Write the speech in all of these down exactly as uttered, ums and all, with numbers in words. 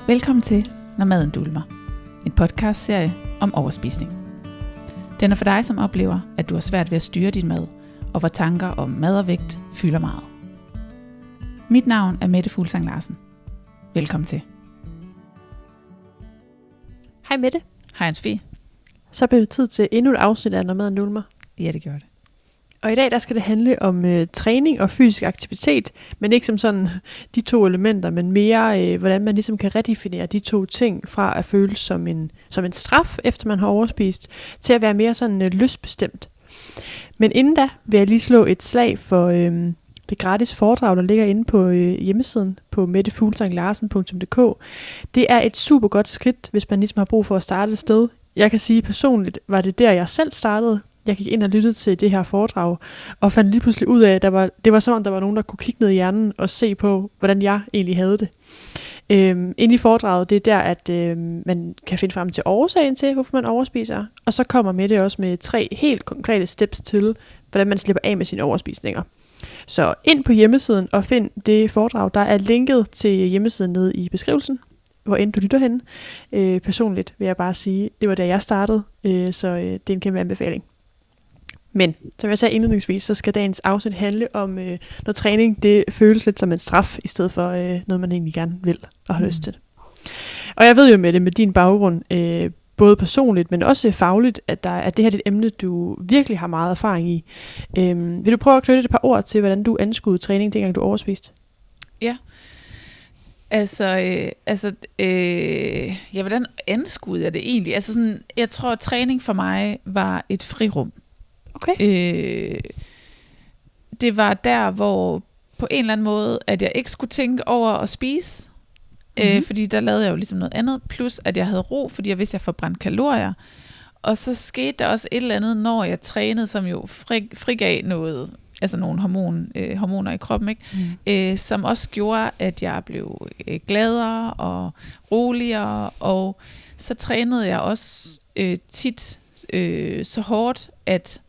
Velkommen til Når maden dulmer, en podcastserie om overspisning. Den er for dig, som oplever, at du har svært ved at styre din mad, og hvor tanker om mad og vægt fylder meget. Mit navn er Mette Fuglsang Larsen. Velkommen til. Hej Mette. Hej Ansfie. Så bliver det tid til endnu et afsnit af Når maden dulmer. Ja, det gjorde det. Og i dag der skal det handle om øh, træning og fysisk aktivitet, men ikke som sådan de to elementer, men mere øh, hvordan man ligesom kan redefinere de to ting fra at føles som en, som en straf, efter man har overspist, til at være mere sådan øh, lystbestemt. Men inden da vil jeg lige slå et slag for øh, det gratis foredrag, der ligger inde på øh, hjemmesiden på mette fuglsang larsen punktum d k. Det er et super godt skridt, hvis man ligesom har brug for at starte et sted. Jeg kan sige personligt, var det der jeg selv startede. Jeg gik ind og lyttede til det her foredrag, og fandt lige pludselig ud af, at der var, det var som om, der var nogen, der kunne kigge ned i hjernen og se på, hvordan jeg egentlig havde det. Øhm, inde i foredraget, det er der, at øhm, man kan finde frem til årsagen til, hvorfor man overspiser, og så kommer med det også med tre helt konkrete steps til, hvordan man slipper af med sine overspisninger. Så ind på hjemmesiden og find det foredrag, der er linket til hjemmesiden nede i beskrivelsen, hvor end du lytter henne. Øh, personligt vil jeg bare sige, det var da jeg startede, øh, så øh, det er en kæmpe anbefaling. Men, som jeg sagde indledningsvis, så skal dagens afsnit handle om, øh, når træning det føles lidt som en straf, i stedet for øh, noget, man egentlig gerne vil og har mm. lyst til. Og jeg ved jo med det, med din baggrund, øh, både personligt, men også fagligt, at, der, at det her er et emne, du virkelig har meget erfaring i. Øh, vil du prøve at knytte et par ord til, hvordan du anskuede træning, dengang du overspiste? Ja. Altså, øh, altså øh, ja, hvordan anskuede jeg det egentlig? Altså sådan, jeg tror, at træning for mig var et frirum. Okay. Øh, det var der, hvor på en eller anden måde, at jeg ikke skulle tænke over at spise, mm-hmm. øh, fordi der lavede jeg jo ligesom noget andet, plus at jeg havde ro, fordi jeg vidste, at jeg forbrændte kalorier. Og så skete der også et eller andet, når jeg trænede, som jo fri, frigav noget, altså nogle hormon, øh, hormoner i kroppen, ikke? Mm. Øh, som også gjorde, at jeg blev øh, gladere og roligere, og så trænede jeg også øh, tit øh, så hårdt, at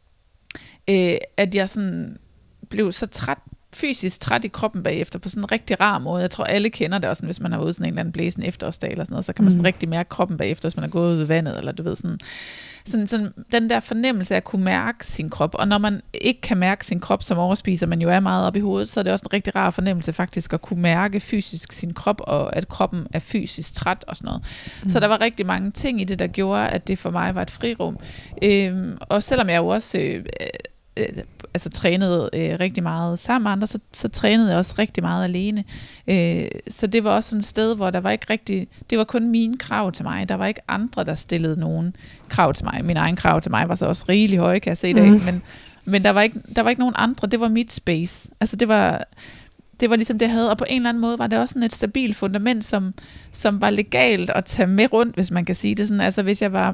Øh, at jeg sådan blev så træt, fysisk træt i kroppen bagefter, på sådan en rigtig rar måde. Jeg tror, alle kender det også, hvis man har ude sådan en eller anden blæsende efterårsdag eller sådan noget, så kan man sådan mm. rigtig mærke kroppen bagefter, hvis man er gået ud i vandet, eller du ved sådan, sådan, sådan den der fornemmelse af at kunne mærke sin krop. Og når man ikke kan mærke sin krop som overspiser, man jo er meget op i hovedet, så er det også en rigtig rar fornemmelse faktisk at kunne mærke fysisk sin krop, og at kroppen er fysisk træt og sådan noget. Mm. Så der var rigtig mange ting i det, der gjorde, at det for mig var et frirum. Øhm, og selvom jeg jo også øh, øh, altså trænede øh, rigtig meget sammen med andre, så, så trænede jeg også rigtig meget alene. Øh, så det var også sådan et sted, hvor der var ikke rigtig, det var kun mine krav til mig. Der var ikke andre, der stillede nogen krav til mig. Min egen krav til mig var så også rigelig høje, kan jeg se i dag. Mm. Men, men der var ikke, der var ikke nogen andre. Det var mit space. Altså det var, det var ligesom det, jeg havde. Og på en eller anden måde var det også sådan et stabilt fundament, som, som var legalt at tage med rundt, hvis man kan sige det sådan. Altså hvis jeg var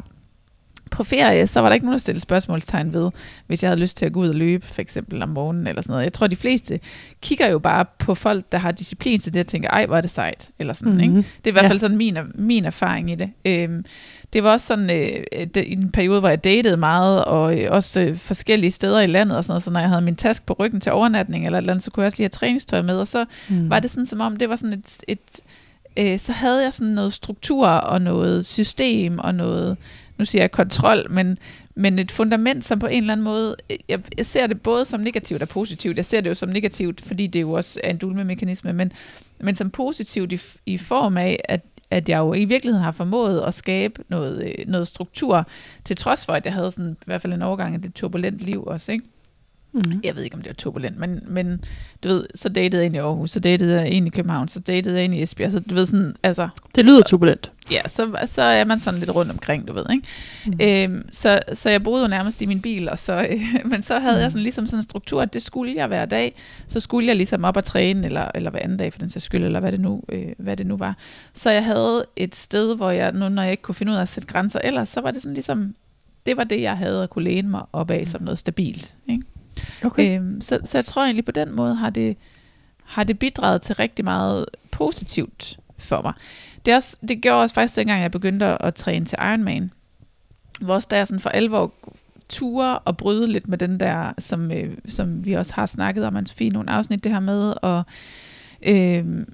på ferie, så var der ikke nogen, der stillede spørgsmålstegn ved, hvis jeg havde lyst til at gå ud og løbe, for eksempel om morgenen eller sådan noget. Jeg tror, de fleste kigger jo bare på folk, der har disciplin til det, og tænker, ej, hvor er det sejt, eller sådan, mm-hmm. ikke? Det er i hvert fald ja. sådan min, min erfaring i det. Øhm, det var også sådan, øh, det, i en periode, hvor jeg datede meget, og øh, også øh, forskellige steder i landet, og sådan noget, så når jeg havde min task på ryggen til overnatning, eller et eller andet, så kunne jeg også lige have træningstøj med, og så mm. var det sådan, som om det var sådan et, et øh, så havde jeg sådan noget struktur, og noget system, og noget, nu siger jeg kontrol, men, men et fundament, som på en eller anden måde, jeg, jeg ser det både som negativt og positivt. Jeg ser det jo som negativt, fordi det jo også er en dulmemekanisme, men, men som positivt i, i form af, at, at jeg jo i virkeligheden har formået at skabe noget, noget struktur, til trods for, at jeg havde sådan, i hvert fald en overgang af det turbulent liv også, ikke? Mm. Jeg ved ikke, om det var turbulent, men, men du ved, så datede jeg ind i Aarhus, så datede jeg ind i København, så datede jeg ind i Esbjerg, så du ved sådan, altså... Det lyder turbulent. Ja, så, så er man sådan lidt rundt omkring, du ved, ikke? Mm. Øhm, så, så jeg boede jo nærmest i min bil, og så, øh, men så havde mm. jeg sådan ligesom sådan en struktur, at det skulle jeg hver dag, så skulle jeg ligesom op og træne, eller, eller hver anden dag for den sags skyld, eller hvad det, nu, øh, hvad det nu var. Så jeg havde et sted, hvor jeg, nu når jeg ikke kunne finde ud af at sætte grænser, ellers så var det sådan ligesom, det var det, jeg havde at kunne læne mig op af som noget stabilt, ikke? Okay. Øhm, så, så jeg tror egentlig på den måde har det, har det bidraget til rigtig meget positivt for mig. Det, er også, det gjorde også faktisk dengang jeg begyndte at, at træne til Ironman, hvor der jeg sådan for alvor ture og bryde lidt med den der, som, øh, som vi også har snakket om, Anne-Sophie, nogle afsnit det her med, og øh,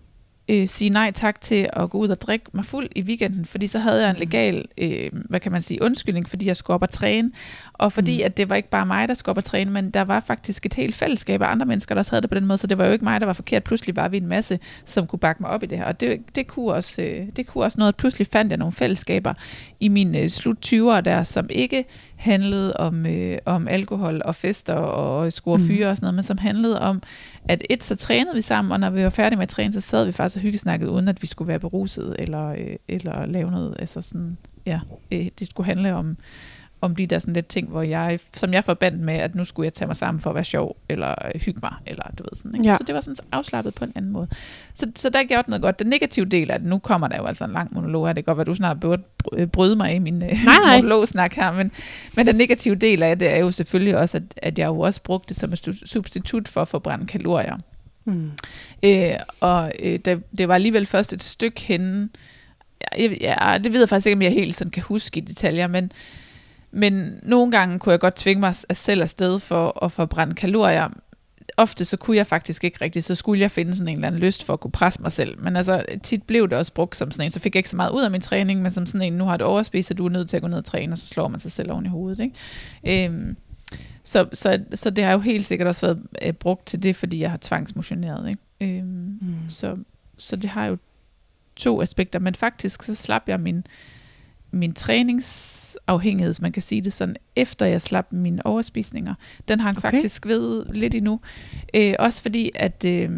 øh, sige nej tak til at gå ud og drikke mig fuld i weekenden, fordi så havde jeg en legal, øh, hvad kan man sige, undskyldning, fordi jeg skulle op og træne, og fordi mm. at det var ikke bare mig, der skulle op og træne, men der var faktisk et helt fællesskab af andre mennesker, der også havde det på den måde, så det var jo ikke mig, der var forkert. Pludselig var vi en masse, som kunne bakke mig op i det her, og det, det, kunne, også, øh, det kunne også noget, pludselig fandt jeg nogle fællesskaber i mine øh, slut tyvere der, som ikke handlede om, øh, om alkohol og fester og score fyre mm. og sådan noget, men som handlede om, at et, så trænede vi sammen, og når vi var færdige med at træne, så sad vi faktisk og hyggesnakkede, uden at vi skulle være beruset, eller, øh, eller lave noget, altså sådan, ja, øh, det skulle handle om, om de der sådan lidt ting, hvor jeg, som jeg forbandt med, at nu skulle jeg tage mig sammen for at være sjov, eller øh, hygge mig, eller du ved sådan, ikke? Ja. Så det var sådan afslappet på en anden måde. Så, så der gjorde noget godt. Den negative del af det, nu kommer der jo altså en lang monolog her, det kan godt være, du snart burde bryde mig i min øh, monologsnak her, men, men den negative del af det er jo selvfølgelig også, at, at jeg jo også brugte det som et substitut for at forbrænde kalorier. Mm. Øh, og øh, det, det var alligevel først et stykke henne, ja, ja, det ved jeg faktisk ikke, om jeg helt sådan kan huske i detaljer, men Men nogle gange kunne jeg godt tvinge mig selv afsted for at forbrænde kalorier. Ofte så kunne jeg faktisk ikke rigtigt, så skulle jeg finde sådan en eller anden lyst for at kunne presse mig selv. Men altså tit blev det også brugt som sådan en, så fik jeg ikke så meget ud af min træning, men som sådan en, nu har du overspist, så du er nødt til at gå ned og træne, og så slår man sig selv oven i hovedet. Ikke? Øhm, så, så, så det har jo helt sikkert også været øh, brugt til det, fordi jeg har tvangsmotioneret. Ikke? Øhm, mm. så, så det har jo to aspekter, men faktisk så slap jeg min, min trænings afhængighed, man kan sige det sådan, efter jeg slap mine overspisninger. Den hang okay. faktisk ved lidt endnu. Øh, også fordi, at øh,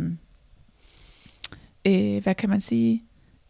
øh, hvad kan man sige,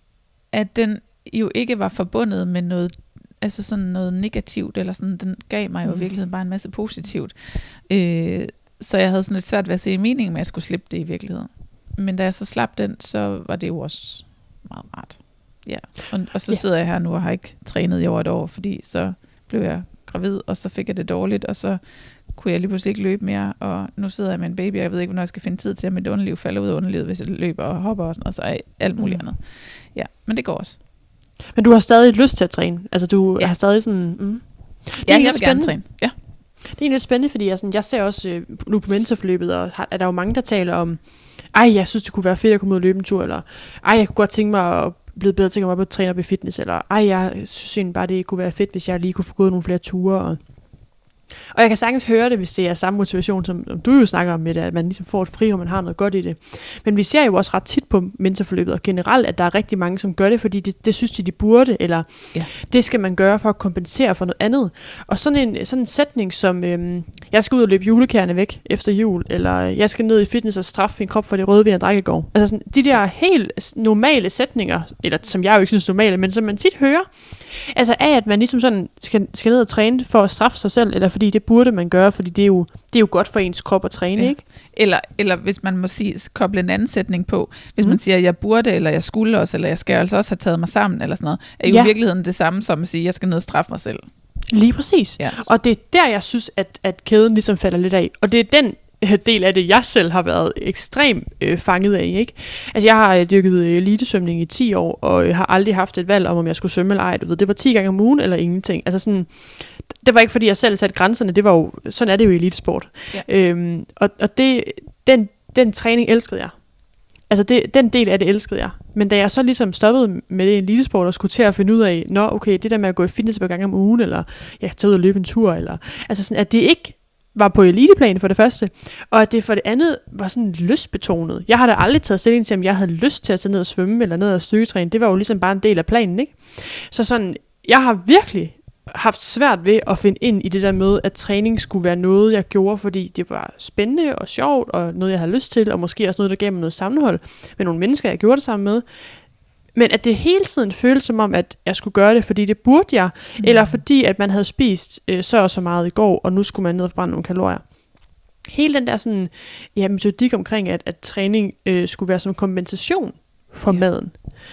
at den jo ikke var forbundet med noget, altså sådan noget negativt, eller sådan, den gav mig jo i virkeligheden bare en masse positivt. Øh, så jeg havde sådan lidt svært ved at se meningen med, at jeg skulle slippe det i virkeligheden. Men da jeg så slap den, så var det jo også meget rart. Ja, og, og så sidder jeg her nu og har ikke trænet i over et år, fordi så blev jeg gravid, og så fik jeg det dårligt, og så kunne jeg lige pludselig ikke løbe mere, og nu sidder jeg med en baby, og jeg ved ikke, hvornår jeg skal finde tid til, at mit underliv falder ud af underlivet, hvis jeg løber og hopper og sådan noget, så er alt muligt mm. andet. Ja, men det går også. Men du har stadig lyst til at træne? Altså du ja. har stadig sådan... Mm. Det ja, jeg vil gerne træne. Ja. Det er lidt spændende, fordi jeg, sådan, jeg ser også øh, nu på mentorforløbet, og har, er der jo mange, der taler om, ej, jeg synes, det kunne være fedt at komme ud og løbe en tur, eller ej, jeg kunne godt tænke mig at blive bedre til at komme op og træne op i fitness, eller ej, jeg synes egentlig bare, det kunne være fedt, hvis jeg lige kunne få gået nogle flere ture, og Og jeg kan sagtens høre det, hvis det er samme motivation, som, som du jo snakker om med det, at man ligesom får et fri, og man har noget godt i det. Men vi ser jo også ret tit på mentorforløbet, og generelt, at der er rigtig mange, som gør det, fordi det, det synes de, de burde, eller ja. det skal man gøre for at kompensere for noget andet. Og sådan en, sådan en sætning som, øhm, jeg skal ud og løbe julekærne væk efter jul, eller jeg skal ned i fitness og straffe min krop for det røde vin og drik i går. Altså sådan, de der helt normale sætninger, eller som jeg jo ikke synes er normale, men som man tit hører, altså af, at man ligesom sådan skal, skal ned og træne for at straffe sig selv, eller fordi det burde man gøre, fordi det er jo, det er jo godt for ens krop at træne, ja. ikke? Eller, eller hvis man må sige, koble en anden sætning på, hvis mm. man siger, jeg burde, eller jeg skulle også, eller jeg skal altså også have taget mig sammen, eller sådan noget, er jo ja. i virkeligheden det samme som at sige, jeg skal ned og straffe mig selv. Lige præcis. Ja. Og det er der, jeg synes, at, at kæden ligesom falder lidt af. Og det er den del af det, jeg selv har været ekstremt øh, fanget af, ikke? Altså, jeg har øh, dyrket elitesvømning i ti år, og øh, har aldrig haft et valg om, om jeg skulle svømme eller ej. Du ved, det var ti gange om ugen, eller ingenting. Altså sådan, det var ikke, fordi jeg selv satte grænserne. Det var jo, sådan er det jo i elitesport. Ja. Øhm, og og det, den, den træning elskede jeg. Altså, det, den del af det elskede jeg. Men da jeg så ligesom stoppede med det elitesport, og skulle til at finde ud af, nå, okay, det der med at gå i fitness på gang om ugen, eller ja, tage ud og løbe en tur, eller altså sådan, at det ikke var på eliteplan for det første, og at det for det andet var sådan lystbetonet. Jeg har da aldrig taget stilling til, om jeg havde lyst til at tage ned og svømme, eller ned og styrketræne. Det var jo ligesom bare en del af planen, ikke? Så sådan, jeg har virkelig haft svært ved at finde ind i det der med, at træning skulle være noget, jeg gjorde, fordi det var spændende og sjovt, og noget, jeg havde lyst til, og måske også noget, der gav mig noget sammenhold med nogle mennesker, jeg gjorde det sammen med. Men at det hele tiden føltes som om, at jeg skulle gøre det, fordi det burde jeg, mm. eller fordi, at man havde spist øh, så og så meget i går, og nu skulle man ned og forbrænde nogle kalorier. Hele den der sådan, ja, metodik omkring, at, at træning øh, skulle være som kompensation for ja. maden,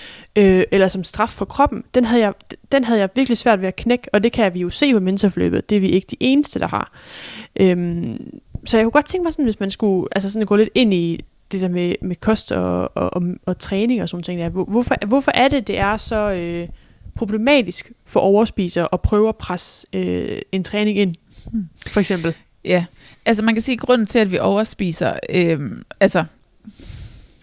øh, eller som straf for kroppen, den havde, jeg, den havde jeg virkelig svært ved at knække, og det kan vi jo se på mentorforløbet. Det er vi ikke de eneste, der har. Øhm, så jeg kunne godt tænke mig sådan, hvis man skulle altså sådan gå lidt ind i det der med, med kost og, og, og, og træning og sådan ting. Ja. Hvorfor, hvorfor er det, det er så øh, problematisk for overspisere at prøve at presse øh, en træning ind, hmm. for eksempel? Ja, altså man kan sige, at grunden til, at vi overspiser, øh, altså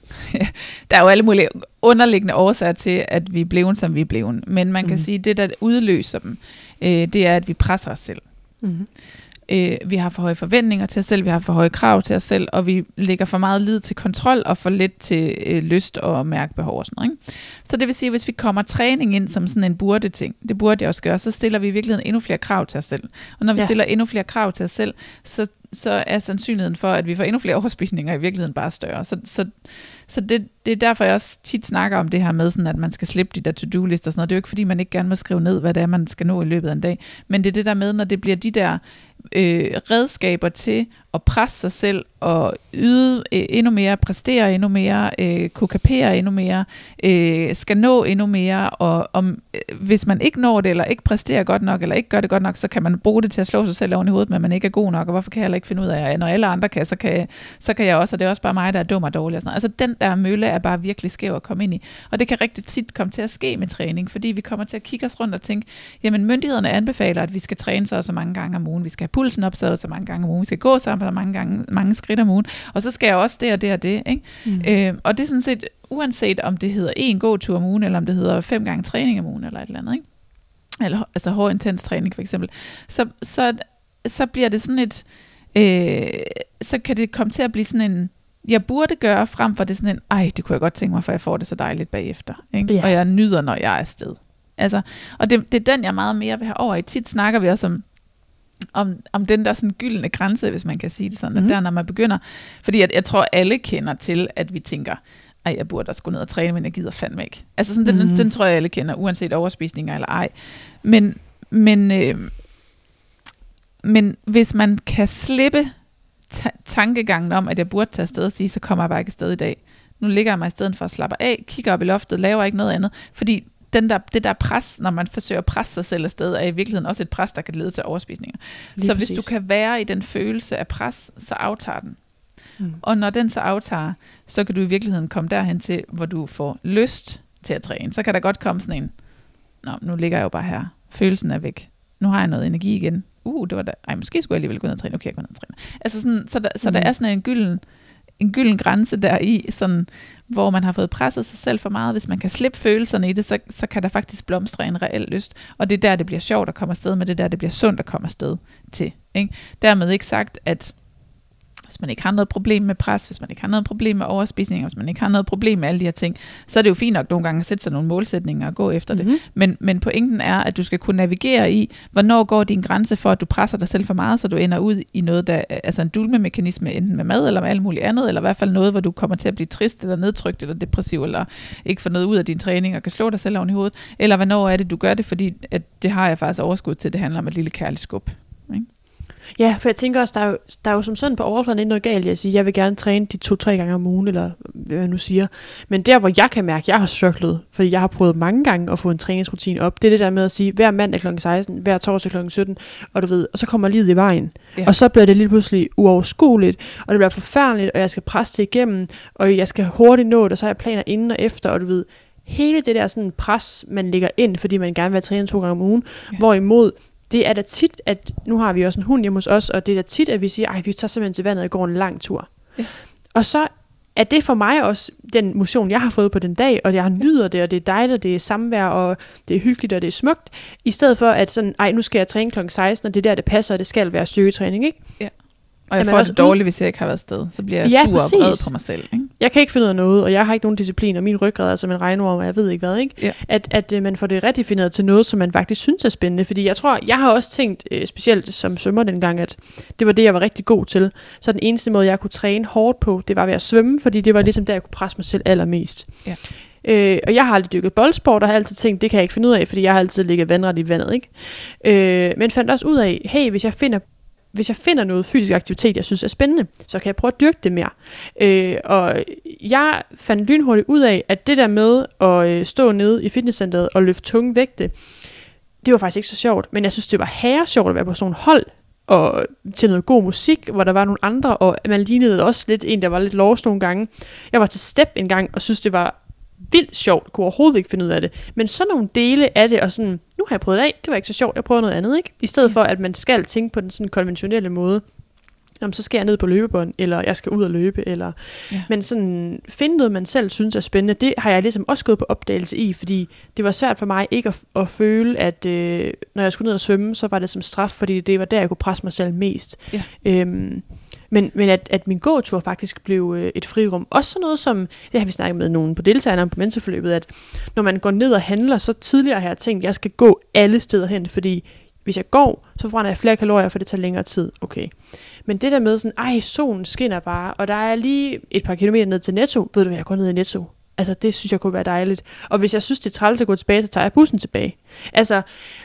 Der er jo alle mulige underliggende årsager til, at vi er blevet, som vi er blevet. Men man kan mm. sige, at det, der udløser dem, øh, det er, at vi presser os selv. Mm. Øh, vi har for høje forventninger til os selv, vi har for høje krav til os selv, og vi lægger for meget lid til kontrol og for lidt til øh, lyst og mærkebehov og sådan noget. Ikke? Så det vil sige, at hvis vi kommer træning ind som sådan en burde ting, det burde jeg også gøre, så stiller vi i virkeligheden endnu flere krav til os selv. Og når vi ja. stiller endnu flere krav til os selv, så, så er sandsynligheden for, at vi får endnu flere overspisninger i virkeligheden bare større. Så, så, så det, det er derfor, jeg også tit snakker om det her med, sådan, at man skal slippe de der to-do-lister og sådan noget. Det er jo ikke, fordi man ikke gerne må skrive ned, hvad det er, man skal nå i løbet af en dag. Men det er det der med, når det bliver de der øh, redskaber til at presse sig selv og yde øh, endnu mere, præstere endnu mere, øh, kunne kapere endnu mere, øh, skal nå endnu mere, og om, øh, hvis man ikke når det, eller ikke præsterer godt nok, eller ikke gør det godt nok, så kan man bruge det til at slå sig selv oven i hovedet, men man ikke er god nok, og hvorfor kan jeg heller ikke finde ud af, at når alle andre kan, så kan jeg, så kan jeg også, og det er også bare mig, der er dum og dårlig. Og sådan noget. Altså den der mølle er bare virkelig skæv at komme ind i, og det kan rigtig tit komme til at ske med træning, fordi vi kommer til at kigge os rundt og tænke, jamen myndighederne anbefaler, at vi skal træne så så mange gange om ugen, vi skal have pulsen op så så mange gange om ugen, vi skal gå så mange gange, mange skridt om ugen, og så skal jeg også det og det og det, ikke? Mm. Øh, og det er sådan set, uanset om det hedder en gåtur om ugen, eller om det hedder fem gange træning om ugen, eller et eller andet, ikke? Eller altså hård intens træning for eksempel, så, så, så bliver det sådan et, øh, så kan det komme til at blive sådan en, jeg burde gøre, frem for det sådan en, ej, det kunne jeg godt tænke mig, for jeg får det så dejligt bagefter, ikke? Ja. Og jeg nyder, når jeg er afsted. Altså, og det, det er den, jeg meget mere vil have over i. Tit snakker vi også om, om, om den der sådan gyldne grænse, hvis man kan sige det sådan, mm. at der, når man begynder, fordi jeg, jeg tror, alle kender til, at vi tænker, ej, jeg burde også gå ned og træne, men jeg gider fandme ikke. Altså sådan, den, mm. den tror jeg, alle kender, uanset overspisninger eller ej. Men, men, øh, men hvis man kan slippe ta- tankegangen om, at jeg burde tage afsted og sige, så kommer jeg bare ikke afsted i dag. Nu ligger jeg mig i stedet for at slappe af, kigger op i loftet, laver ikke noget andet, fordi den der, det der pres, når man forsøger at presse sig selv afsted, er i virkeligheden også et pres, der kan lede til overspisninger. Lige så præcis. Hvis du kan være i den følelse af pres, så aftager den. Mm. Og når den så aftager, så kan du i virkeligheden komme derhen til, hvor du får lyst til at træne. Så kan der godt komme sådan en, nå, nu ligger jeg jo bare her. Følelsen er væk. Nu har jeg noget energi igen. Uh, det var da, ej, måske skulle jeg alligevel gå ned og træne. Okay, jeg går ned og træne. Altså sådan, så der, så mm. der er sådan en gylden, en gylden grænse der i, sådan, hvor man har fået presset sig selv for meget. Hvis man kan slippe følelserne i det, så, så kan der faktisk blomstre en reel lyst. Og det er der, det bliver sjovt at komme afsted med, det der, det bliver sundt at komme afsted til. Ikke? Dermed ikke sagt, at hvis man ikke har noget problem med pres, hvis man ikke har noget problem med overspisning, hvis man ikke har noget problem med alle de her ting, så er det jo fint nok nogle gange at sætte sig nogle målsætninger og gå efter mm-hmm. det. Men, men pointen er, at du skal kunne navigere i, hvornår går din grænse for, at du presser dig selv for meget, så du ender ud i noget, der altså en dulmemekanisme, enten med mad eller med alt muligt andet, eller i hvert fald noget, hvor du kommer til at blive trist eller nedtrykt eller depressiv, eller ikke få noget ud af din træning og kan slå dig selv oven i hovedet. Eller hvornår er det, du gør det, fordi at det har jeg faktisk overskud til, det handler om et lille kærligt skub. Ikke? Ja, for jeg tænker også, der er jo, der er jo som sådan på overfladen ikke noget galt i at sige, jeg vil gerne træne de to-tre gange om ugen, eller hvad jeg nu siger. Men der, hvor jeg kan mærke, at jeg har strugglet, fordi jeg har prøvet mange gange at få en træningsrutine op, det er det der med at sige, hver mandag klokken seksten, hver torsdag klokken sytten, og du ved, og så kommer livet i vejen. Ja. Og så bliver det lige pludselig uoverskueligt, og det bliver forfærdeligt, og jeg skal presse det igennem, og jeg skal hurtigt nå det, og så har jeg planer inden og efter, og du ved, hele det der sådan pres, man lægger ind, fordi man gerne vil træne to gange om ugen, ja. Hvorimod det er da tit, at nu har vi også en hund hjemme hos os, og det er da tit, at vi siger, ej, vi tager simpelthen til vandet og går en lang tur. Ja. Og så er det for mig også den motion, jeg har fået på den dag, og jeg nyder det, og det er dejligt, og det er samvær, og det er hyggeligt, og det er smukt, i stedet for at sådan, ej, nu skal jeg træne klokken seksten, og det er der, det passer, og det skal være styrketræning, ikke? Ja. Og jeg får det dårligt, hvis jeg ikke har været afsted. Så bliver jeg ja, sur præcis. Og vred på mig selv. Ikke? Jeg kan ikke finde ud af noget, og jeg har ikke nogen disciplin, og min ryggrad er som en regnorm, og jeg ved ikke hvad. Ikke? Ja. At, at uh, man får det redefineret til noget, som man faktisk synes er spændende. Fordi jeg tror, jeg har også tænkt, uh, specielt som svømmer dengang, at det var det, jeg var rigtig god til. Så den eneste måde, jeg kunne træne hårdt på, det var ved at svømme, fordi det var ligesom der, jeg kunne presse mig selv allermest. Ja. Øh, og jeg har aldrig dykket boldsport, og har altid tænkt, det kan jeg ikke finde ud af, fordi jeg har altid ligget vandret i vandet. Ikke? Øh, men fandt også ud af, hey, hvis jeg finder Hvis jeg finder noget fysisk aktivitet, jeg synes er spændende, så kan jeg prøve at dyrke det mere. Øh, og jeg fandt lynhurtigt ud af, at det der med at øh, stå nede i fitnesscenteret og løfte tunge vægte, det var faktisk ikke så sjovt. Men jeg synes, det var herre sjovt at være på sådan et hold, og til noget god musik, hvor der var nogle andre, og man lignede også lidt en, der var lidt lost nogle gange. Jeg var til step en gang, og synes, det var vildt sjovt, kunne overhovedet ikke finde ud af det. Men sådan nogle dele af det, og sådan, nu har jeg prøvet det af, det var ikke så sjovt, jeg prøver noget andet, ikke? I stedet for, at man skal tænke på den sådan konventionelle måde. jamen, så skal jeg ned på løbebånd, eller jeg skal ud og løbe, eller... Ja. Men sådan, finde noget, man selv synes er spændende, det har jeg ligesom også gået på opdagelse i, fordi det var svært for mig ikke at, at føle, at øh, når jeg skulle ned og svømme, så var det som straf, fordi det var der, jeg kunne presse mig selv mest. Ja. Øhm, men men at, at min gåtur faktisk blev øh, et frirum. Også sådan noget som, det har vi snakket med nogen på deltagerne på mentorforløbet, at når man går ned og handler, så tidligere har jeg tænkt, at jeg skal gå alle steder hen, fordi hvis jeg går, så forbrænder jeg flere kalorier, for det tager længere tid. Okay. Men det der med sådan, ej, solen skinner bare, og der er lige et par kilometer ned til Netto. Ved du hvad, jeg går ned i Netto. Altså, det synes jeg kunne være dejligt. Og hvis jeg synes, det er træls at gå tilbage, så tager jeg bussen tilbage. Altså,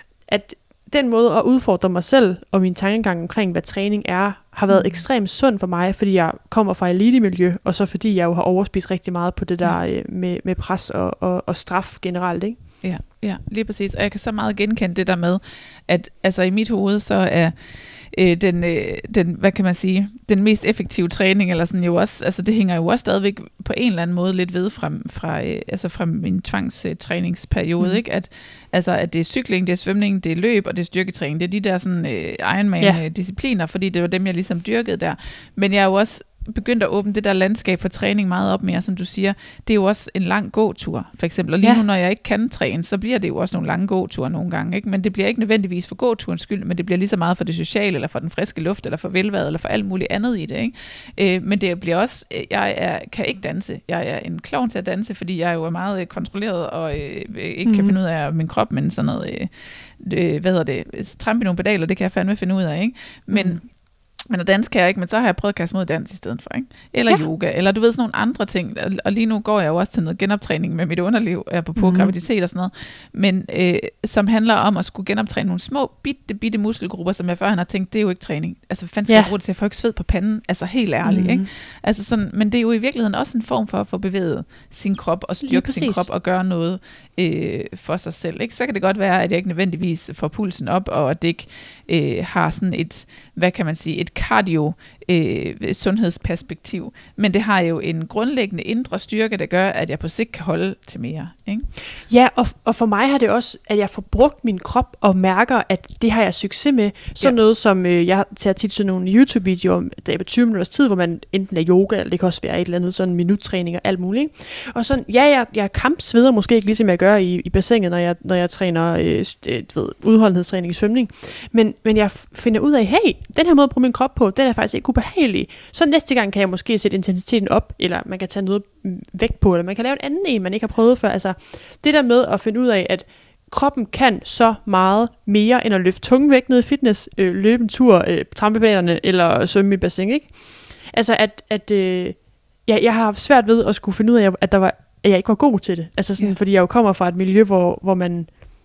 at den måde at udfordre mig selv og min tankegang omkring, hvad træning er, har været ekstremt sund for mig, fordi jeg kommer fra elitemiljø, og så fordi jeg jo har overspist rigtig meget på det der øh, med, med pres og, og, og straf generelt, ikke? Ja, ja, lige præcis. Og jeg kan så meget genkende det der med, at altså i mit hoved, så er øh, den, øh, den, hvad kan man sige, den mest effektive træning, eller sådan jo også, altså det hænger jo også stadigvæk på en eller anden måde lidt ved fra, fra, øh, altså fra min tvangstræningsperiode, mm. ikke? At, altså, at det er cykling, det er svømning, det er løb, og det er styrketræning. Det er de der sådan øh, Ironman-discipliner, ja. Fordi det var dem, jeg ligesom dyrkede der. Men jeg er jo også begyndt at åbne det der landskab for træning meget op mere, som du siger. Det er jo også en lang gåtur, for eksempel. Og lige ja. nu, når jeg ikke kan træne, så bliver det jo også nogle lange gåture nogle gange. Ikke? Men det bliver ikke nødvendigvis for gåturens skyld, men det bliver lige så meget for det sociale, eller for den friske luft, eller for velværet, eller for alt muligt andet i det. Ikke? Øh, men det bliver også, jeg er, kan ikke danse. Jeg er en klovn til at danse, fordi jeg jo er meget kontrolleret, og øh, ikke mm-hmm. kan finde ud af min krop, men sådan noget, øh, hvad hedder det, trampe i nogle pedaler, det kan jeg fandme finde ud af. Ikke? Men mm. Men at danse kan jeg ikke, men så har jeg prøvet at kaste mod dans i stedet for, ikke? Eller ja. yoga, eller du ved sådan nogle andre ting. Og lige nu går jeg jo også til noget genoptræning med mit underliv, jeg er på, på mm. graviditet og sådan noget, men øh, som handler om at skulle genoptræne nogle små, bitte, bitte muskelgrupper, som jeg førhen har tænkt, det er jo ikke træning. Altså, hvad fanden skal ja. jeg bruge det til? Jeg får ikke sved på panden, altså helt ærligt, mm. ikke? Altså sådan, men det er jo i virkeligheden også en form for at få bevæget sin krop, og styrke sin krop, og gøre noget øh, for sig selv, ikke? Så kan det godt være, at jeg ikke nødvendigvis får pulsen op, og at det ikke øh, har sådan et, hvad kan man sige, et cardio øh, sundhedsperspektiv, men det har jo en grundlæggende indre styrke, der gør, at jeg på sigt kan holde til mere. Ikke? Ja, og, og for mig har det også, at jeg får brugt min krop og mærker, at det har jeg succes med. Sådan ja. noget som, øh, jeg tager tit sådan nogle YouTube-videoer, der er på tyve minutters tid, hvor man enten er yoga, eller det kan også være et eller andet sådan minuttræning og alt muligt. Og sådan, ja, jeg, jeg kampsveder måske ikke, ligesom jeg gør i, i bassinet, når jeg, når jeg træner øh, ved, udholdenhedstræning i svømning, men, men jeg finder ud af, hey, den her måde at bruge min krop på, den er faktisk ikke ubehagelig. Så næste gang kan jeg måske sætte intensiteten op, eller man kan tage noget væk på, eller man kan lave en anden en, man ikke har prøvet før. Altså, det der med at finde ud af, at kroppen kan så meget mere, end at løfte tunge vægt ned i fitness, øh, løbe en tur, øh, trampepælerne, eller svømme i bassin, ikke? Altså, at, at øh, jeg, jeg har haft svært ved at skulle finde ud af, at, der var, at jeg ikke var god til det. Altså sådan, ja. fordi jeg jo kommer fra et miljø, hvor, hvor man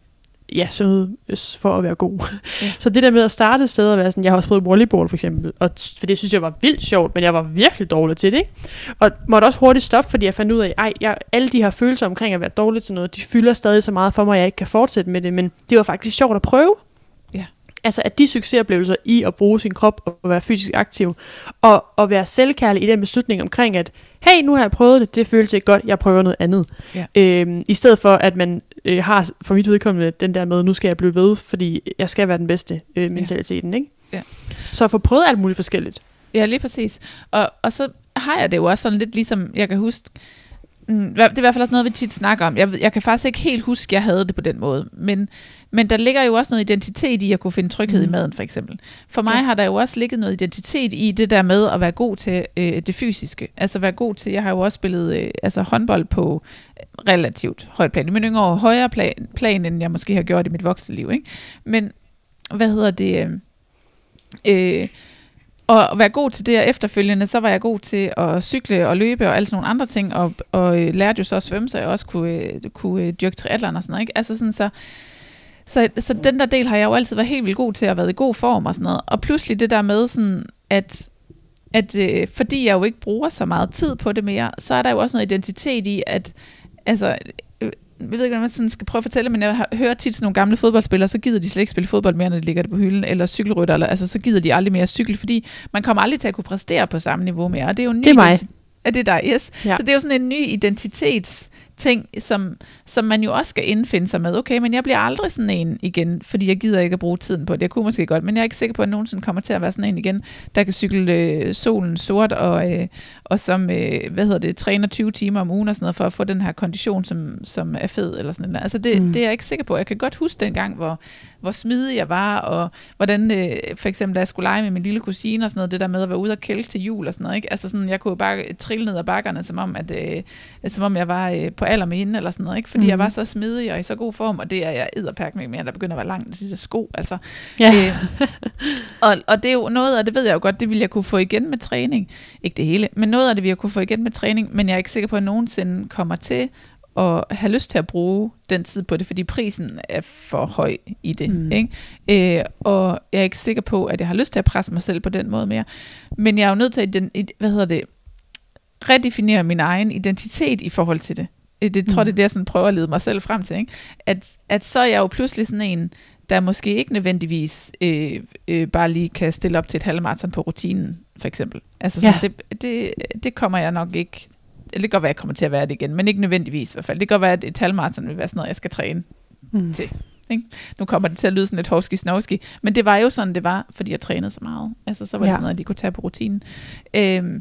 ja, sødes for at være god. Ja. Så det der med at starte et sted og være sådan, jeg har også prøvet volleyball for eksempel, og for det synes jeg var vildt sjovt, men jeg var virkelig dårlig til det, ikke? Og måtte også hurtigt stoppe, fordi jeg fandt ud af, ej, jeg, alle de her følelser omkring at være dårlig til noget, de fylder stadig så meget for mig, at jeg ikke kan fortsætte med det, men det var faktisk sjovt at prøve. Ja. Altså at de succesoplevelser i at bruge sin krop og være fysisk aktiv, og, og være selvkærlig i den beslutning omkring, at hey, nu har jeg prøvet det, det føles ikke godt, jeg prøver noget andet. Ja. Øhm, I stedet for, at man øh, har for mit vedkommende den der med, nu skal jeg blive ved, fordi jeg skal være den bedste øh, mentaliteten, ikke? Ja. Så at få prøvet alt muligt forskelligt. Ja, lige præcis. Og, og så har jeg det jo også sådan lidt ligesom, jeg kan huske, det er i hvert fald også noget, vi tit snakker om. Jeg, jeg kan faktisk ikke helt huske, at jeg havde det på den måde. Men, men der ligger jo også noget identitet i at kunne finde tryghed mm. i maden, for eksempel. For mig ja. har der jo også ligget noget identitet i det der med at være god til øh, det fysiske. Altså være god til, jeg har jo også spillet øh, altså håndbold på relativt højt plan. I min yngre år højere plan, plan, end jeg måske har gjort i mit voksne liv. Ikke? Men hvad hedder det? Øh, øh, Og at være god til det, og efterfølgende, så var jeg god til at cykle og løbe og alle sådan nogle andre ting, og, og øh, lærte jo så at svømme, så jeg også kunne, øh, kunne øh, dyrke triathlon og sådan noget, ikke? Altså sådan, så, så, så den der del har jeg jo altid været helt vildt god til at være i god form og sådan noget. Og pludselig det der med sådan, at, at øh, fordi jeg jo ikke bruger så meget tid på det mere, så er der jo også noget identitet i, at altså... Jeg ved ikke, hvordan man sådan skal prøve at fortælle, men jeg hører tit sådan nogle gamle fodboldspillere, så gider de slet ikke spille fodbold mere, når de ligger det på hylden, eller cykelrytter, eller, altså så gider de aldrig mere cykle, fordi man kommer aldrig til at kunne præstere på samme niveau mere, og det er jo en ny det er mig. Identi- er det der? Yes. Ja. Så det er jo sådan en ny identitets ting, som, som man jo også skal indfinde sig med. Okay, men jeg bliver aldrig sådan en igen, fordi jeg gider ikke at bruge tiden på det. Jeg kunne måske godt, men jeg er ikke sikker på, at nogen nogensinde kommer til at være sådan en igen, der kan cykle øh, solen sort, og, øh, og som, øh, hvad hedder det, træner tyve timer om ugen og sådan noget, for at få den her kondition, som, som er fed, eller sådan noget. Altså det, mm. det er jeg ikke sikker på. Jeg kan godt huske dengang, hvor, hvor smidig jeg var, og hvordan, øh, for eksempel, da jeg skulle lege med min lille kusine og sådan noget, det der med at være ude og kælke til jul og sådan noget, ikke? Altså sådan, jeg kunne jo bare trille ned ad bakkerne, som om, at, øh, som om jeg var øh, på alder med hende, eller sådan noget, ikke? Fordi mm. jeg var så smidig og i så god form, og det er jeg edderpærk med mere, der begynder at være langt til de der sko, altså. Ja. Øh, og, og det er jo noget af det, ved jeg jo godt, det ville jeg kunne få igen med træning. Ikke det hele, men noget af det vil jeg kunne få igen med træning, men jeg er ikke sikker på, at nogensinde kommer til at have lyst til at bruge den tid på det, fordi prisen er for høj i det. Mm. Ikke? Øh, og jeg er ikke sikker på, at jeg har lyst til at presse mig selv på den måde mere. Men jeg er jo nødt til at den, hvad hedder det, redefinere min egen identitet i forhold til det. Det tror jeg, mm. det er det, jeg sådan prøver at lede mig selv frem til. Ikke? At, at så er jeg jo pludselig sådan en, der måske ikke nødvendigvis øh, øh, bare lige kan stille op til et halvmaraton på rutinen, for eksempel. Altså sådan, ja. det, det, det kommer jeg nok ikke. Det kan godt være, at jeg kommer til at være det igen, men ikke nødvendigvis i hvert fald. Det kan godt være, at et halvmaraton vil være sådan noget, jeg skal træne mm. til. Ikke? Nu kommer det til at lyde sådan lidt hovski-snovski, men det var jo sådan, det var, fordi jeg trænede så meget. Altså, så var det ja. sådan noget, de kunne tage på rutinen. Øhm,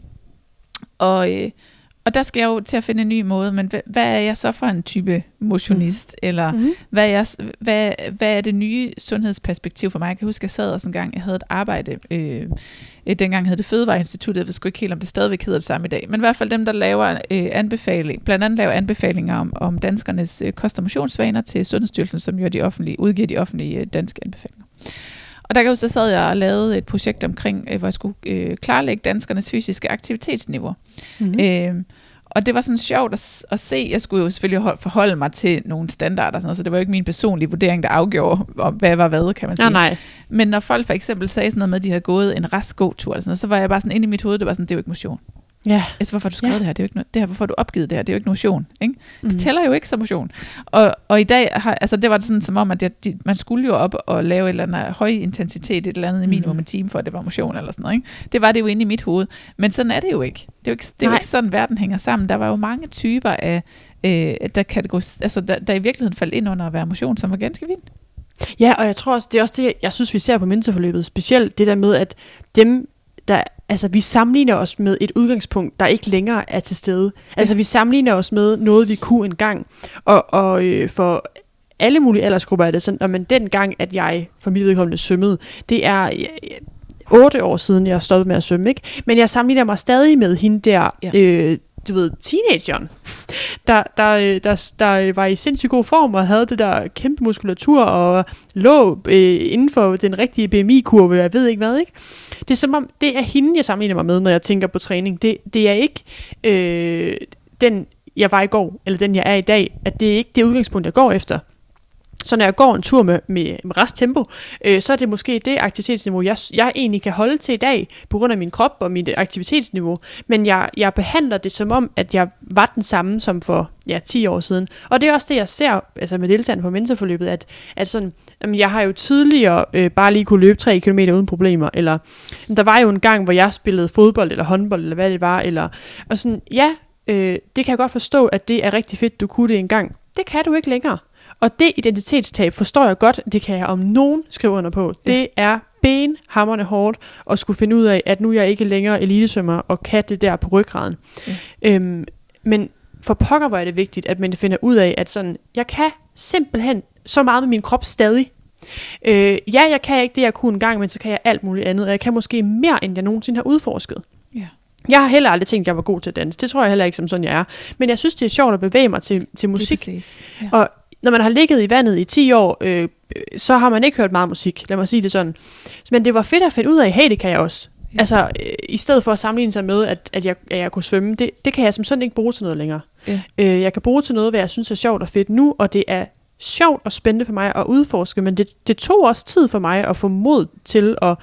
og, øh, og der skal jeg jo til at finde en ny måde, men hvad, hvad er jeg så for en type motionist? Mm. Eller mm. hvad, er jeg, hvad, hvad er det nye sundhedsperspektiv for mig? Jeg kan huske, at jeg sad også en gang, jeg havde et arbejde, øh, dengang hed det Fødevareinstituttet, jeg ved sgu ikke helt, om det stadigvæk hedder det samme i dag, men i hvert fald dem, der laver øh, anbefaling, blandt andet laver anbefalinger om, om danskernes øh, kost- og motionsvaner til Sundhedsstyrelsen, som jo de offentlige, udgiver de offentlige øh, danske anbefalinger. Og der kan jeg huske, så sad jeg og lavede et projekt omkring, øh, hvor jeg skulle øh, klarlægge danskernes fysiske aktivitetsniveau. Mm-hmm. Øh, Og det var sådan sjovt at, at se. Jeg skulle jo selvfølgelig forholde mig til nogle standarder, sådan noget, så det var jo ikke min personlige vurdering, der afgjorde, hvad var hvad, kan man sige. Ja, nej. Men når folk for eksempel sagde sådan noget med, at de havde gået en rask gåtur, eller sådan noget, så var jeg bare sådan inde i mit hoved, det var sådan, det er jo ikke motion. Ja. Altså, hvorfor har du skrevet ja. det her? Det er jo ikke noget, det her, hvorfor har du opgivet det her? Det er jo ikke motion, ikke? Mm. Det tæller jo ikke som motion. Og, og i dag, har, altså det var det sådan som om, at jeg, de, man skulle jo op og lave et eller andet høj intensitet, et eller andet mm. minimum en time, for at det var motion eller sådan noget, ikke? Det var det jo inde i mit hoved. Men sådan er det jo ikke. Det er jo ikke, det er jo ikke sådan, verden hænger sammen. Der var jo mange typer af, øh, der, kategori, altså, der, der i virkeligheden faldt ind under at være motion, som var ganske vildt. Ja, og jeg tror også, det er også det, jeg synes, vi ser på mentorforløbet. Specielt det der med, at dem, der, altså vi sammenligner os med et udgangspunkt, der ikke længere er til stede. Altså vi sammenligner os med noget, vi kunne engang. Og, og øh, for alle mulige aldersgrupper er det sådan, at man dengang, at jeg for mit vedkommende svømmede, det er øh, otte år siden, jeg stoppede med at svømme, ikke? Men jeg sammenligner mig stadig med hende der, ja. øh, du ved, teenageren, der, der, der, der var i sindssygt god form og havde det der kæmpe muskulatur og lå øh, inden for den rigtige B M I-kurve, jeg ved ikke hvad, ikke? Det er som om, det er hende, jeg sammenligner mig med, når jeg tænker på træning. Det, det er ikke øh, den, jeg var i går, eller den, jeg er i dag, at det er ikke det udgangspunkt, jeg går efter. Så når jeg går en tur med, med, med resttempo, øh, så er det måske det aktivitetsniveau, jeg, jeg egentlig kan holde til i dag, på grund af min krop og mit aktivitetsniveau. Men jeg, jeg behandler det som om, at jeg var den samme som for ja, ti år siden. Og det er også det, jeg ser altså med deltagerne på mentorforløbet, at, at sådan, jamen, jeg har jo tidligere øh, bare lige kunne løbe tre kilometer uden problemer, eller der var jo en gang, hvor jeg spillede fodbold eller håndbold, eller hvad det var, eller, og sådan, ja, øh, det kan jeg godt forstå, at det er rigtig fedt, du kunne det engang. Det kan du ikke længere. Og det identitetstab forstår jeg godt, det kan jeg om nogen skrive under på. Ja. Det er benhamrende hårdt at skulle finde ud af, at nu er jeg ikke længere elitesvømmer og kan det der på ryggraden. Ja. Øhm, men for pokker var det vigtigt, at man finder ud af, at sådan, jeg kan simpelthen så meget med min krop stadig. Øh, ja, jeg kan ikke det, jeg kunne engang, men så kan jeg alt muligt andet. Og jeg kan måske mere, end jeg nogensinde har udforsket. Ja. Jeg har heller aldrig tænkt, at jeg var god til at danse. Det tror jeg heller ikke, som sådan jeg er. Men jeg synes, det er sjovt at bevæge mig til, til musik. Ja. Og når man har ligget i vandet i ti år, øh, så har man ikke hørt meget musik. Lad mig sige det sådan. Men det var fedt at finde ud af, hey, det kan jeg også. Ja. Altså, øh, i stedet for at sammenligne sig med, at, at, jeg, at jeg kunne svømme, det, det kan jeg som sådan ikke bruge til noget længere. Ja. Øh, jeg kan bruge til noget, hvad jeg synes er sjovt og fedt nu, og det er sjovt og spændende for mig at udforske, men det, det tog også tid for mig at få mod til at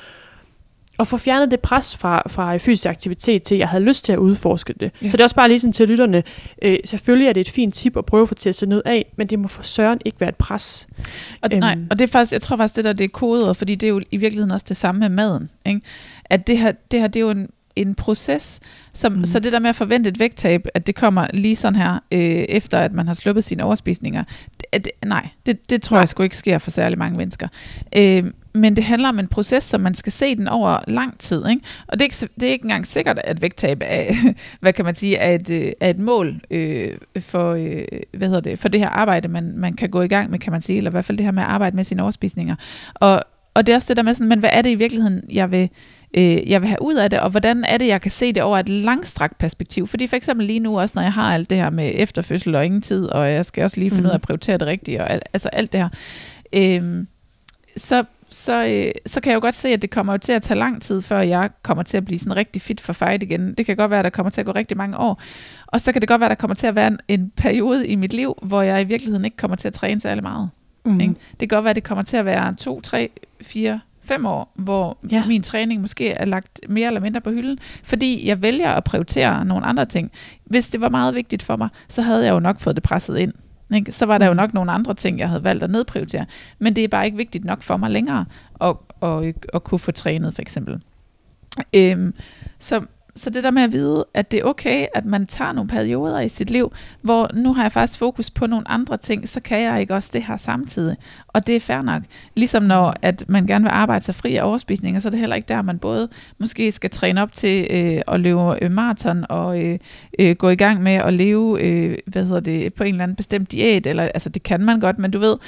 og få fjernet det pres fra, fra fysisk aktivitet til, at jeg havde lyst til at udforske det. Ja. Så det er også bare lige sådan til lytterne, øh, selvfølgelig er det et fint tip at prøve at få testet noget af, men det må for søren ikke være et pres. Og, øhm. nej, og det er faktisk, jeg tror faktisk, det der det er kodet, fordi det er jo i virkeligheden også det samme med maden. Ikke? At det her, det her, det er jo en, en proces, som, Mm. så det der med at forvente et vægttab, at det kommer lige sådan her, øh, efter at man har sluppet sine overspisninger, det, det, nej, det, det tror jeg sgu ikke sker for særlig mange mennesker. Øh, men det handler om en proces, som man skal se den over lang tid, ikke? Og det er ikke, det er ikke engang sikkert, at vægttab er, hvad kan man sige, er et, er et mål øh, for, øh, hvad hedder det, for det her arbejde, man, man kan gå i gang med, kan man sige, eller i hvert fald det her med at arbejde med sine overspisninger. Og, og det er også det der med sådan, men hvad er det i virkeligheden, jeg vil, øh, jeg vil have ud af det, og hvordan er det, jeg kan se det over et langstrakt perspektiv? Fordi for eksempel lige nu også, når jeg har alt det her med efterfødsel og ingen tid, og jeg skal også lige finde mm. ud af at prioritere det rigtigt, og al, altså alt det her, øh, så Så, øh, så kan jeg jo godt se, at det kommer jo til at tage lang tid, før jeg kommer til at blive sådan rigtig fit for fight igen. Det kan godt være, at der kommer til at gå rigtig mange år. Og så kan det godt være, at der kommer til at være en, en periode i mit liv, hvor jeg i virkeligheden ikke kommer til at træne særlig meget. Mm. Ikke? Det kan godt være, at det kommer til at være to, tre, fire, fem år, hvor ja. min træning måske er lagt mere eller mindre på hylden, fordi jeg vælger at prioritere nogle andre ting. Hvis det var meget vigtigt for mig, så havde jeg jo nok fået det presset ind. Ikke? Så var der jo nok nogle andre ting, jeg havde valgt at nedprioritere. Men det er bare ikke vigtigt nok for mig længere at, at, at kunne få trænet, for eksempel. Øhm, så, så det der med at vide, at det er okay, at man tager nogle perioder i sit liv, hvor nu har jeg faktisk fokus på nogle andre ting, så kan jeg ikke også det her samtidig. Og det er fair nok. Ligesom når at man gerne vil arbejde sig fri af overspisninger, så er det heller ikke der, man både måske skal træne op til øh, at løbe øh, maraton og øh, øh, gå i gang med at leve øh, hvad hedder det, på en eller anden bestemt diæt. Eller, altså det kan man godt, men du ved,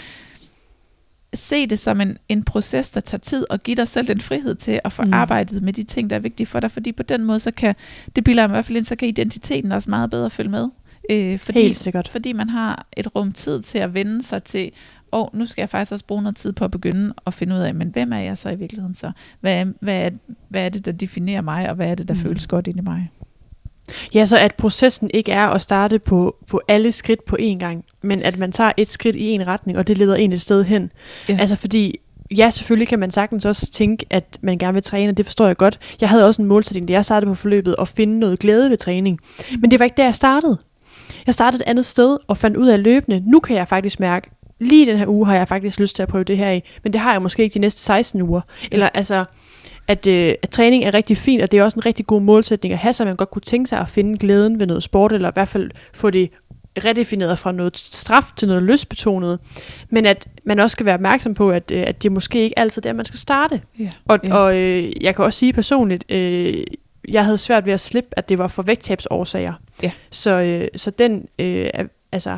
se det som en, en proces, der tager tid, og give dig selv den frihed til at få mm. arbejdet med de ting, der er vigtige for dig, fordi på den måde, så kan, det bilder jeg mig i hvert fald ind, så kan identiteten også meget bedre følge med. Øh, fordi, Helt sikkert. Fordi man har et rum tid til at vende sig til, og nu skal jeg faktisk også bruge noget tid på at begynde at finde ud af, men hvem er jeg så i virkeligheden så? Hvad er, hvad er, hvad er det, der definerer mig, og hvad er det, der mm. føles godt inde i mig? Ja, så at processen ikke er at starte på, på alle skridt på én gang, men at man tager et skridt i en retning, og det leder en et sted hen. Ja. Altså fordi, ja, selvfølgelig kan man sagtens også tænke, at man gerne vil træne, og det forstår jeg godt. Jeg havde også en målsætning, da jeg startede på forløbet, at finde noget glæde ved træning. Men det var ikke der, jeg startede. Jeg startede et andet sted, og fandt ud af løbende, nu kan jeg faktisk mærke, lige den her uge har jeg faktisk lyst til at prøve det her af, men det har jeg måske ikke de næste seksten uger. Eller altså, at, øh, at træning er rigtig fint, og det er også en rigtig god målsætning at have, så man godt kunne tænke sig at finde glæden ved noget sport, eller i hvert fald få det redefineret fra noget straf til noget lystbetonet. Men at man også skal være opmærksom på, at, at det måske ikke altid er der, man skal starte. Ja, og ja. og øh, jeg kan også sige personligt, øh, jeg havde svært ved at slippe, at det var for vægttabsårsager. Ja. Så, øh, så den, øh, altså,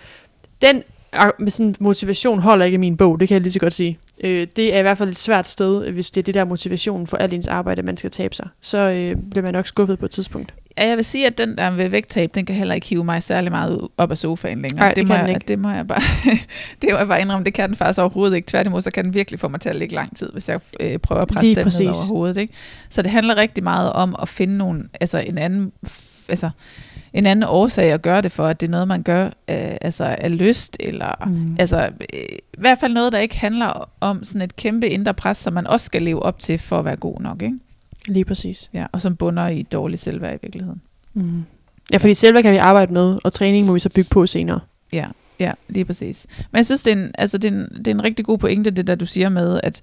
den med sådan motivation holder ikke i min bog, det kan jeg lige så godt sige. Øh, det er i hvert fald et svært sted, hvis det er det der motivationen for al ens arbejde, man skal tabe sig. Så øh, bliver man nok skuffet på et tidspunkt. Ja, jeg vil sige, at den der ved vægttab, den kan heller ikke hive mig særlig meget op af sofaen længere. Ej, det, det, må kan jeg, ikke. det må jeg bare det må jeg bare indrømme, det kan den faktisk overhovedet ikke. Tværtimod, så kan den virkelig få mig til at ligge lang tid, hvis jeg øh, prøver at presse lige den præcis. ned over hovedet. Ikke? Så det handler rigtig meget om at finde nogle, altså en anden, altså en anden årsag at gøre det for, at det er noget, man gør øh, altså af lyst, eller mm. altså øh, i hvert fald noget, der ikke handler om sådan et kæmpe indre pres, som man også skal leve op til for at være god nok, ikke? Lige præcis. Ja, og som bunder i dårlig selvværd i virkeligheden. Mm. Ja, fordi selvværd kan vi arbejde med, og træning må vi så bygge på senere. Ja, ja, lige præcis. Men jeg synes, det er en, altså, det er en, det er en rigtig god pointe, det der du siger med, at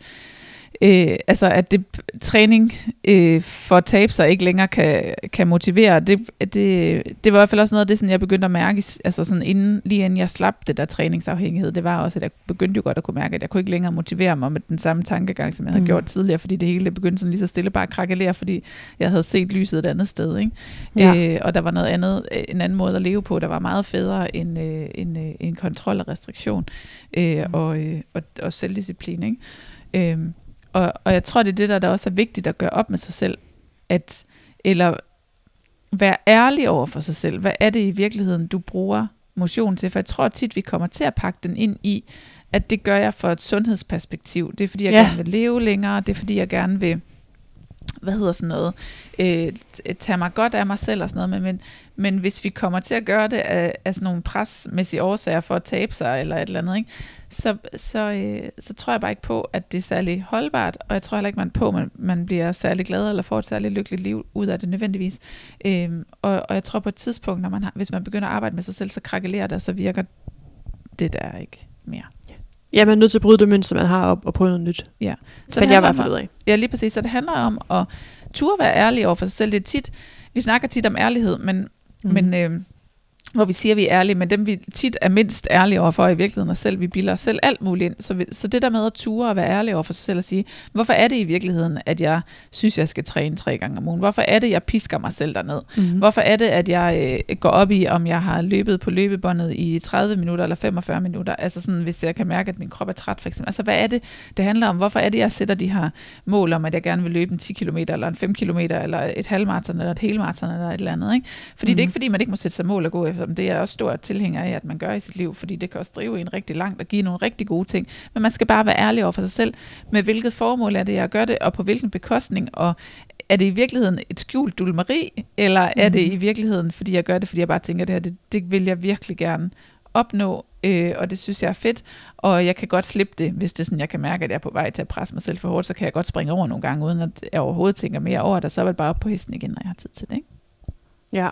Øh, altså at det træning øh, for at tabe sig ikke længere kan, kan motivere. Det, det, det var i hvert fald også noget af det, sådan, jeg begyndte at mærke, altså sådan inden, lige inden jeg slap det der træningsafhængighed. Det var også, at jeg begyndte jo godt at kunne mærke, at jeg kunne ikke længere motivere mig med den samme tankegang, som jeg havde mm. gjort tidligere, fordi det hele det begyndte sådan lige så stille bare at krakelere, fordi jeg havde set lyset et andet sted. Ikke? Ja. Øh, og der var noget andet, en anden måde at leve på, der var meget federe end, øh, end, øh, end kontrol og restriktion øh, mm. og, øh, og, og selvdisciplin. Ikke? Øh, Og, og jeg tror, det er det, der, der også er vigtigt at gøre op med sig selv, at, eller være ærlig over for sig selv. Hvad er det i virkeligheden, du bruger motion til? For jeg tror tit, vi kommer til at pakke den ind i, at det gør jeg for et sundhedsperspektiv. Det er, fordi jeg ja. gerne vil leve længere. Det er, fordi jeg gerne vil, hvad hedder sådan noget, øh, tage mig godt af mig selv og sådan noget. Men, men hvis vi kommer til at gøre det af, af sådan nogle presmæssige årsager for at tabe sig, eller et eller andet, ikke? Så, så, øh, så tror jeg bare ikke på, at det er særlig holdbart, og jeg tror heller ikke, man på, at man, man bliver særlig glad, eller får et særligt lykkeligt liv ud af det nødvendigvis. Øhm, og, og jeg tror på et tidspunkt, når man har, hvis man begynder at arbejde med sig selv, så krakelerer det, og så virker det der ikke mere. Ja, man er nødt til at bryde det mønster, man har op og prøve noget nyt. Ja. Så fandt jeg i hvert fald ud af. Ja, lige præcis. Så det handler om at turde være ærlig over for sig selv. Det er tit, vi snakker tit om ærlighed, men, mm. men øh, hvor vi siger, at vi er ærlige, men dem vi tit er mindst ærlige overfor i virkeligheden os selv, vi bilder os selv alt muligt ind. Så, vi, så det der med at ture og være ærlig over for sig selv og sige, hvorfor er det i virkeligheden, at jeg synes, jeg skal træne tre gange om ugen? Hvorfor er det, jeg pisker mig selv derned? Mm. Hvorfor er det, at jeg øh, går op i, om jeg har løbet på løbebåndet i tredive minutter eller femogfyrre minutter? Altså sådan, hvis jeg kan mærke, at min krop er træt for eksempel. Altså hvad er det, det handler om? Hvorfor er det, jeg sætter de her mål om, at jeg gerne vil løbe en ti kilometer, eller en fem kilometer, eller et halvmaraton, eller et helmaraton, eller et eller andet, ikke? Fordi mm. det er ikke fordi, man ikke må sætte sig mål og gå efter dem. Det er også stor tilhænger af, at man gør i sit liv, fordi det kan også drive en rigtig langt og give nogle rigtig gode ting. Men man skal bare være ærlig over for sig selv, med hvilket formål er det, jeg gør det, og på hvilken bekostning, og er det i virkeligheden et skjult dulmeri, eller er mm. det i virkeligheden, fordi jeg gør det, fordi jeg bare tænker, det her, det, det vil jeg virkelig gerne opnå, øh, og det synes jeg er fedt, og jeg kan godt slippe det, hvis det er sådan, jeg kan mærke, at jeg er på vej til at presse mig selv for hårdt, så kan jeg godt springe over nogle gange, uden at jeg overhovedet tænker mere over det, så er det bare op på hesten igen, når jeg har tid til det, ikke? Ja.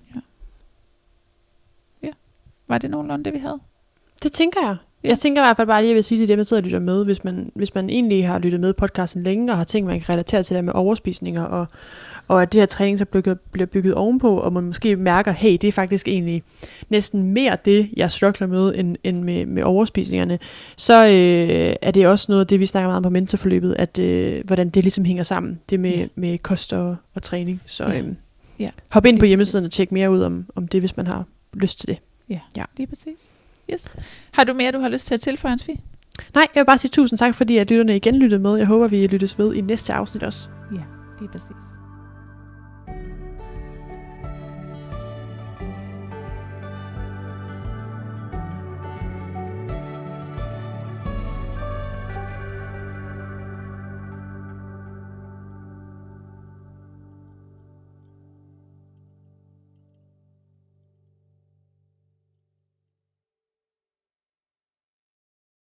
Var det nogenlunde det, vi havde? Det tænker jeg. Ja. Jeg tænker i hvert fald bare lige, at jeg vil sige til dem, der sidder og lytter med, hvis man, hvis man egentlig har lyttet med podcasten længe, og har ting, man kan relatere til det med overspisninger, og, og at det her træning så bliver, bliver bygget ovenpå, og man måske mærker, hey, det er faktisk egentlig næsten mere det, jeg struggler med, end, end med, med overspisningerne, så øh, er det også noget af det, vi snakker meget om på mentorforløbet, at øh, hvordan det ligesom hænger sammen, det med, ja. med kost og, og træning. Så øh, ja. Ja. hop ind på hjemmesiden og tjek mere ud om, om det, hvis man har lyst til det. Ja, ja, lige præcis. Yes. Har du mere, du har lyst til at tilføje, Anne-Sophie? Nej, jeg vil bare sige tusind tak, fordi at lytterne igen lyttede med. Jeg håber, vi lyttes ved i næste afsnit også. Ja, lige præcis.